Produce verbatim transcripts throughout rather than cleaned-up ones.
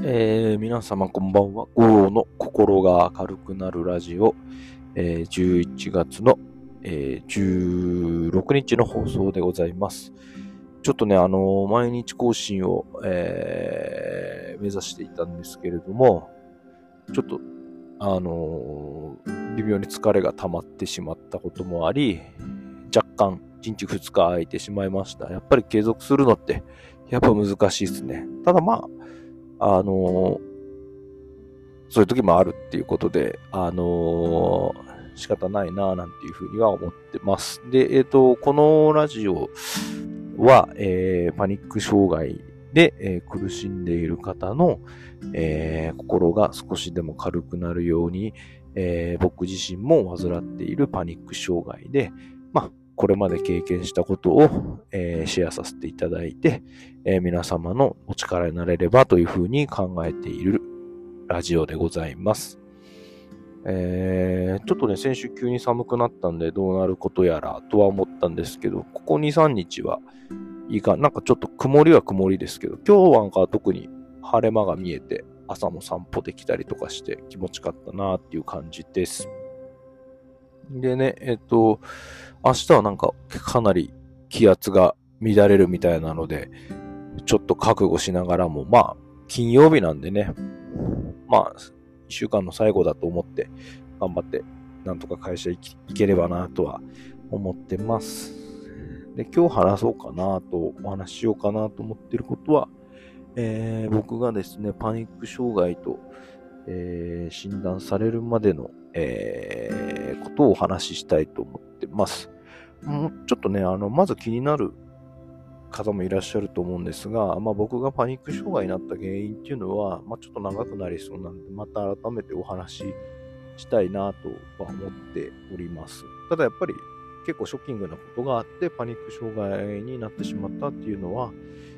えー皆様こんばんは。ゴーの心が明るくなるラジオ、えーじゅういちがつの、えーじゅうろくにちの放送でございます。ちょっとね、あのー毎日更新を、えー目指していたんですけれども、ちょっと、あのー微妙に疲れが溜まってしまったこともあり、若干いちにちふつか空いてしまいました。やっぱり継続するのって、やっぱ難しいですね。ただまあ、あのーそういう時もあるっていうことで、あのー仕方ないなぁなんていうふうには思ってます。で、えっと、このラジオは、えーパニック障害で、えー苦しんでいる方の、えー心が少しでも軽くなるように、えー僕自身も患っているパニック障害で、まあ、これまで経験したことを、えーシェアさせていただいて、えー皆様のお力になれればというふうに考えているラジオでございます。えー、ちょっとね、先週急に寒くなったんでどうなることやらとは思ったんですけど、ここに、さんにちはいいか、なんかちょっと曇りは曇りですけど、今日はなんか特に晴れ間が見えて、朝も散歩できたりとかして気持ちよかったなっていう感じです。でね、えっと、明日はなんかかなり気圧が乱れるみたいなので、ちょっと覚悟しながらも、まあ、金曜日なんでね、まあ、一週間の最後だと思って、頑張って、なんとか会社行ければなとは思ってます。で、今日話そうかなと、お話ししようかなと思っていることは、えー僕がですね、パニック障害と、えー診断されるまでの、えーことをお話ししたいと思ってます。もうちょっとね、あの、まず気になる方もいらっしゃると思うんですが、まあ、僕がパニック障害になった原因っていうのは、まあ、ちょっと長くなりそうなんで、また改めてお話ししたいなとは思っております。ただやっぱり結構ショッキングなことがあって、パニック障害になってしまったっていうのは、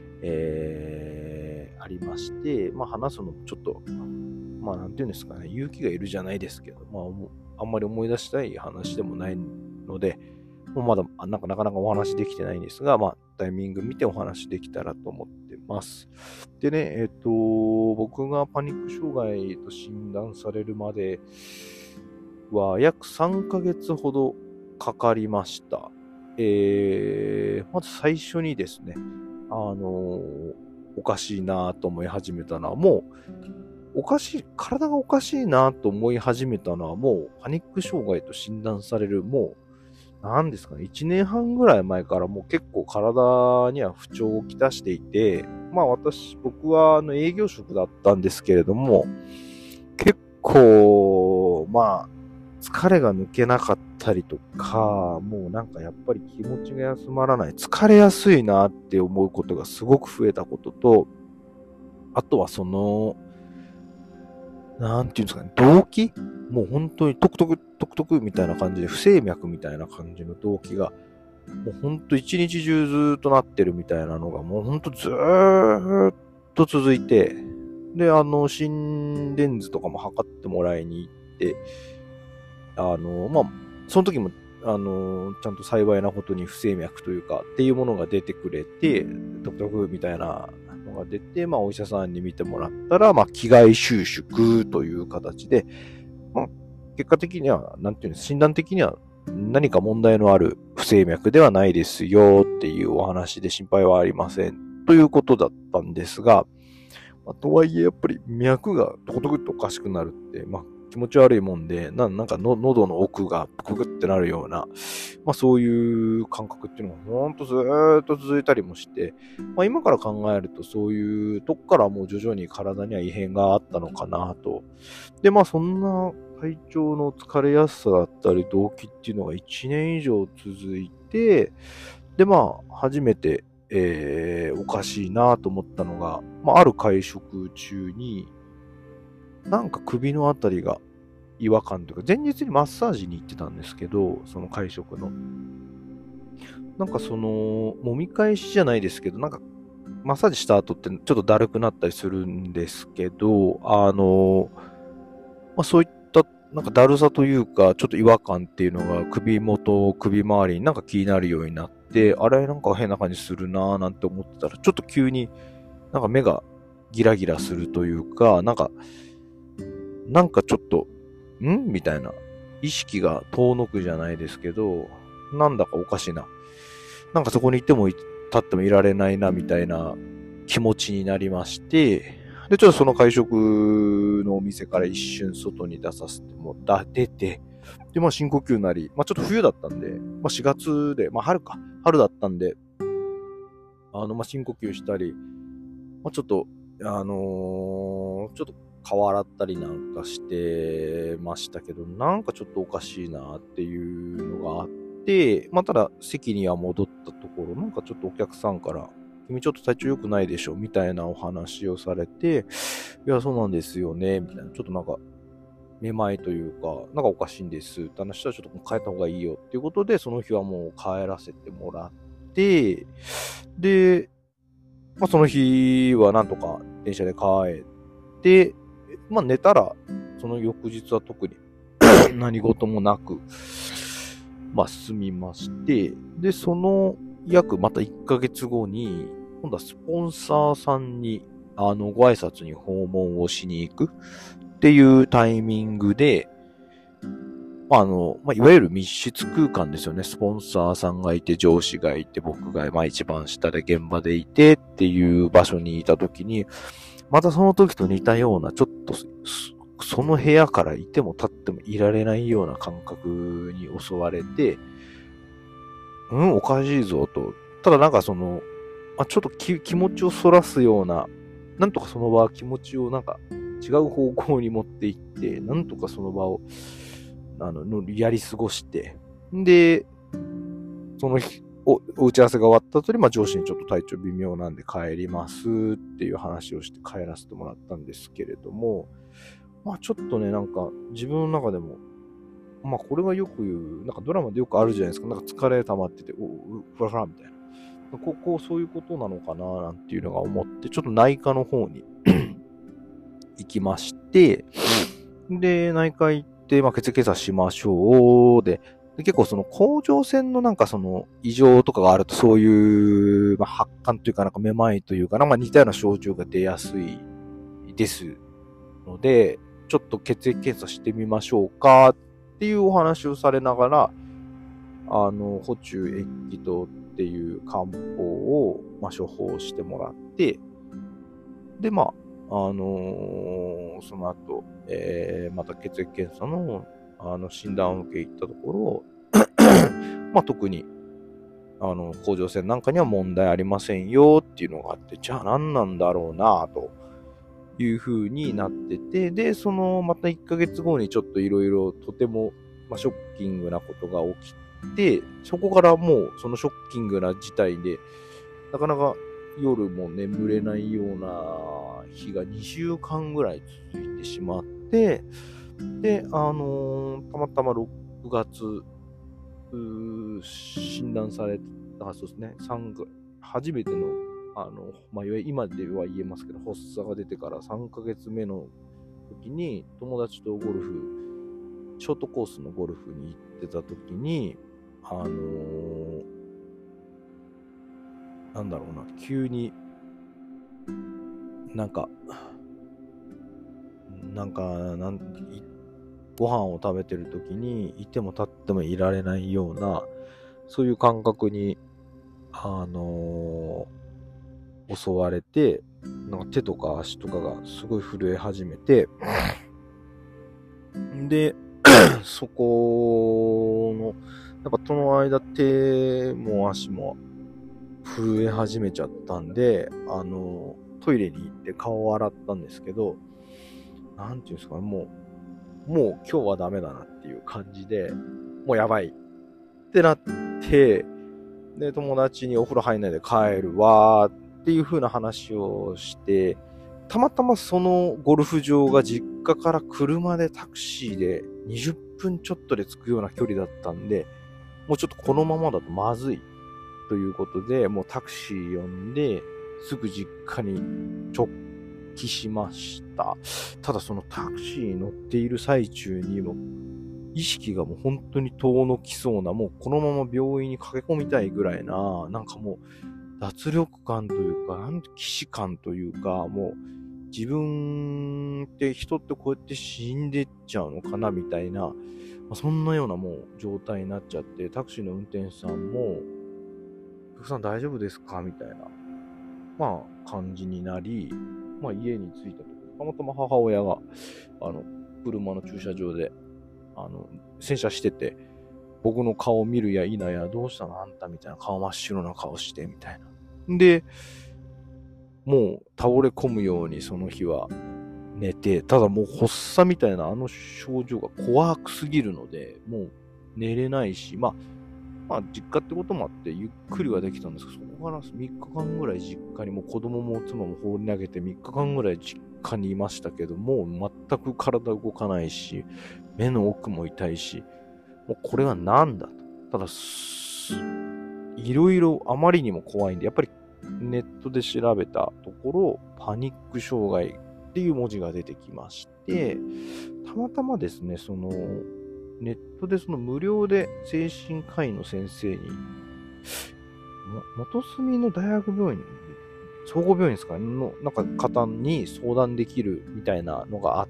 えー、ありまして、まあ、話すのもちょっと、まあ、なんていうんですかね、勇気がいるじゃないですけど、まあ、あんまり思い出したい話でもないので、もうまだなんかなかなかお話できてないんですが、まあ、タイミング見てお話できたらと思ってます。でね、えっと、僕がパニック障害と診断されるまでは約さんかげつほどかかりました。えー、まず最初にですね、あのおかしいなと思い始めたのは、もう、おかしい、体がおかしいなと思い始めたのは、もう、パニック障害と診断される、もう、なんですかね、いちねんはんぐらい前からもう結構体には不調をきたしていて、まあ私、僕はあの営業職だったんですけれども、結構、まあ、疲れが抜けなかったりとか、もうなんかやっぱり気持ちが休まらない、疲れやすいなって思うことがすごく増えたことと、あとはその、なんていうんですかね、動悸もう本当にトクトク、トクトクみたいな感じで、不整脈みたいな感じの動悸が、もう本当一日中ずーっとなってるみたいなのが、もう本当ずーっと続いて、で、あの、心電図とかも測ってもらいに行って、あの、まあ、その時も、あの、ちゃんと幸いなことに不整脈というか、っていうものが出てくれて、トクトクみたいなのが出て、まあ、お医者さんに見てもらったら、まあ、気外収縮という形で、まあ、結果的には、なんていうんです、診断的には何か問題のある不整脈ではないですよっていうお話で心配はありませんということだったんですが、まあ、とはいえやっぱり脈がトコトクっておかしくなるって、まあ、気持ち悪いもんで、ななんかの喉の奥がプククってなるような、まあそういう感覚っていうのがほんとずーっと続いたりもして、まあ今から考えるとそういうとこからもう徐々に体には異変があったのかなと。で、まあそんな体調の疲れやすさだったり動悸っていうのがいちねん以上続いて、でまあ初めて、えー、おかしいなと思ったのが、まあある会食中に、なんか首のあたりが違和感というか、前日にマッサージに行ってたんですけど、その会食の。なんかその、揉み返しじゃないですけど、なんか、マッサージした後ってちょっとだるくなったりするんですけど、あの、まあ、そういった、なんかだるさというか、ちょっと違和感っていうのが首元、首周りになんか気になるようになって、あれなんか変な感じするなーなんて思ってたら、ちょっと急になんか目がギラギラするというか、なんか、なんかちょっと、んみたいな。意識が遠のくじゃないですけど、なんだかおかしいな。なんかそこにいても立ってもいられないな、みたいな気持ちになりまして、で、ちょっとその会食のお店から一瞬外に出させてもら出て、で、まあ深呼吸なり、まあちょっと冬だったんで、まあしがつで、まあ春か、春だったんで、あの、まあ深呼吸したり、まあちょっと、あのー、ちょっと顔洗ったりなんかしてましたけど、なんかちょっとおかしいなっていうのがあって、まあただ席には戻ったところ、なんかちょっとお客さんから、君ちょっと体調良くないでしょみたいなお話をされて、いや、そうなんですよね、みたいな。ちょっとなんか、めまいというか、なんかおかしいんですって話したらちょっと変えた方がいいよっていうことで、その日はもう帰らせてもらって、で、まあその日はなんとか電車で帰って、まあ寝たら、その翌日は特に何事もなく、まあ済みまして、で、その約またいっかげつごに、今度はスポンサーさんに、あの、ご挨拶に訪問をしに行くっていうタイミングで、まあ、あの、まあ、いわゆる密室空間ですよね。スポンサーさんがいて、上司がいて、僕が、まあ、一番下で現場でいてっていう場所にいたときに、またその時と似たような、ちょっと、その部屋からいても立ってもいられないような感覚に襲われて、うん、おかしいぞと。ただなんかその、あ、ちょっと気、気持ちをそらすような、なんとかその場は気持ちをなんか違う方向に持っていって、なんとかその場を、あの、のやり過ごして、で、その日、お、お打ち合わせが終わった後に、まあ上司にちょっと体調微妙なんで帰りますっていう話をして帰らせてもらったんですけれども、まあちょっとね、なんか自分の中でも、まあこれはよく言う、なんかドラマでよくあるじゃないですか。なんか疲れ溜まってて、おう、ふらふらみたいな。ここ、そういうことなのかななんていうのが思って、ちょっと内科の方に行きまして、で、内科行って、まあ、血液検査しましょう。で、で結構その甲状腺のなんかその異常とかがあるとそういう、まあ、発汗というかなんかめまいというかな、まあ、似たような症状が出やすいですので、ちょっと血液検査してみましょうかっていうお話をされながら、あの、補充液糖っていう漢方を、まあ、処方してもらって、で、まあ、あのー、その後、えー、また血液検査の、あの、診断を受け行ったところ、まあ、特に、あの、甲状腺なんかには問題ありませんよっていうのがあって、じゃあ何なんだろうなという風になってて、で、その、またいっかげつごにちょっといろいろとても、まあ、ショッキングなことが起きて、そこからもうそのショッキングな事態で、なかなか夜も眠れないような日がにしゅうかんぐらい続いてしまって、で、あのー、たまたまろくがつ、診断された、そうですね、さんが初めての、あの、まあ、今では言えますけど、発作が出てからさんかげつめの時に、友達とゴルフ、ショートコースのゴルフに行ってた時に、あのー、なんだろうな、急に、なんか、なんか、なん、ご飯を食べてる時に、いても立ってもいられないような、そういう感覚に、あのー、襲われて、なんか手とか足とかがすごい震え始めて、で、そこの、やっぱその間手も足も震え始めちゃったんで、あの、トイレに行って顔を洗ったんですけど、なんていうんですかね、もう、もう今日はダメだなっていう感じで、もうやばいってなって、で、友達にお風呂入んないで帰るわーっていう風な話をして、たまたまそのゴルフ場が実家から車でタクシーでにじゅっぷんちょっとで着くような距離だったんで、もうちょっとこのままだとまずいということで、もうタクシー呼んで、すぐ実家に直帰しました。ただそのタクシーに乗っている最中にも、意識がもう本当に遠のきそうな、もうこのまま病院に駆け込みたいぐらいな、なんかもう脱力感というか、なんて既視感というか、もう自分って人ってこうやって死んでっちゃうのかなみたいな、まあ、そんなようなもう状態になっちゃって、タクシーの運転手さんも、お客さん大丈夫ですかみたいな、まあ感じになり、まあ家に着いたとき、たまたま母親が、あの、車の駐車場で、あの、洗車してて、僕の顔を見るや否や、どうしたのあんたみたいな、顔真っ白な顔して、みたいな。で、もう倒れ込むようにその日は寝て、ただもう発作みたいなあの症状が怖くすぎるので、もう寝れないし、まあ、まあ実家ってこともあってゆっくりはできたんですけど、そこからみっかかんぐらい実家に、もう子供も妻も放り投げてみっかかんぐらい実家にいましたけど、もう全く体動かないし、目の奥も痛いし、もうこれはなんだと。ただ、いろいろあまりにも怖いんで、やっぱりネットで調べたところ、パニック障害っていう文字が出てきまして、たまたまですね、その、ネットでその無料で精神科医の先生に、元住の大学病院、総合病院ですかね、の、なんか方に相談できるみたいなのがあって、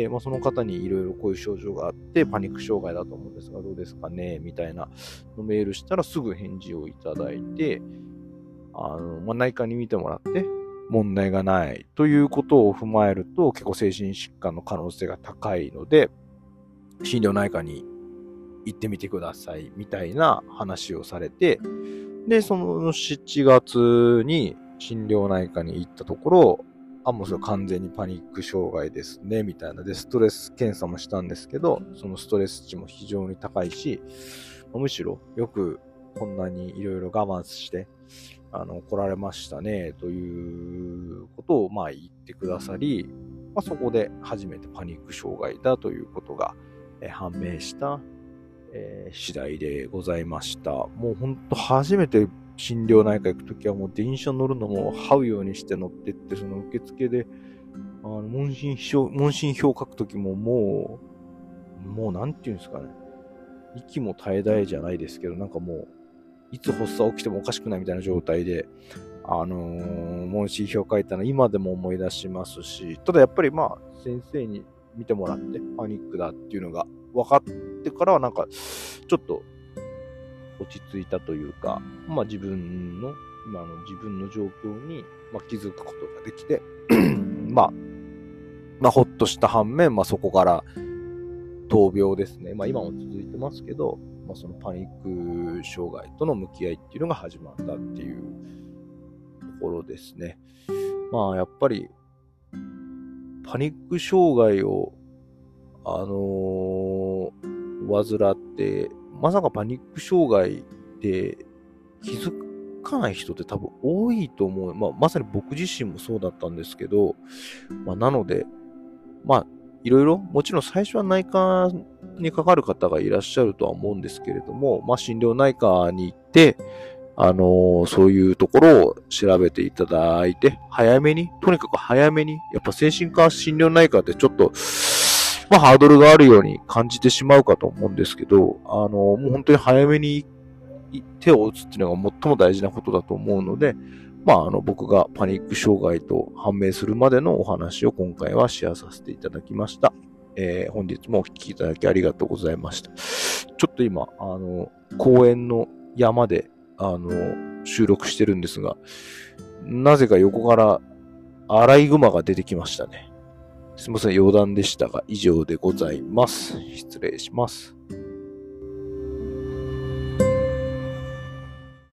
まあ、その方にいろいろこういう症状があって、パニック障害だと思うんですが、どうですかねみたいなのメールしたらすぐ返事をいただいて、あの、まあ、内科に見てもらって、問題がないということを踏まえると、結構精神疾患の可能性が高いので、心療内科に行ってみてくださいみたいな話をされて、で、そのしちがつに心療内科に行ったところ、あ、もうそれ完全にパニック障害ですね、みたいな。で、ストレス検査もしたんですけど、そのストレス値も非常に高いし、むしろよくこんなにいろいろ我慢して、あの、来られましたね、ということを、まあ言ってくださり、まあそこで初めてパニック障害だということが、えー、判明した、えー、次第でございました。もうほんと初めて心療内科行くときはもう電車乗るのも這うようにして乗ってって、その受付で、あの、問診票、問診票書くときももう、もうなんていうんですかね。息も絶え絶えじゃないですけど、なんかもう、いつ発作起きてもおかしくないみたいな状態で、あのー、問診票書いたの今でも思い出しますし、ただやっぱりまあ、先生に見てもらってパニックだっていうのが分かってからはなんか、ちょっと落ち着いたというか、まあ自分の、今の自分の状況に、まあ、気づくことができて、まあ、まあほっとした反面、まあそこから闘病ですね。まあ今も続いてますけど、まあ、そのパニック障害との向き合いっていうのが始まったっていうところですね。まあやっぱりパニック障害をあのー、患って、まさかパニック障害で気づかない人って多分多いと思う。まあまさに僕自身もそうだったんですけど、まあなので、まあいろいろ、もちろん最初は内科にかかる方がいらっしゃるとは思うんですけれども、まあ心療内科に行って、あのー、そういうところを調べていただいて、早めに、とにかく早めに、やっぱ精神科心療内科ってちょっと、まあハードルがあるように感じてしまうかと思うんですけど、あのー、もう本当に早めに手を打つっていうのが最も大事なことだと思うので、まあ、あの、僕がパニック障害と判明するまでのお話を今回はシェアさせていただきました。えー、本日もお聞きいただきありがとうございました。ちょっと今、あの、公園の山で、あの、収録してるんですが、なぜか横からアライグマが出てきましたね。すみません、余談でしたが、以上でございます。失礼します。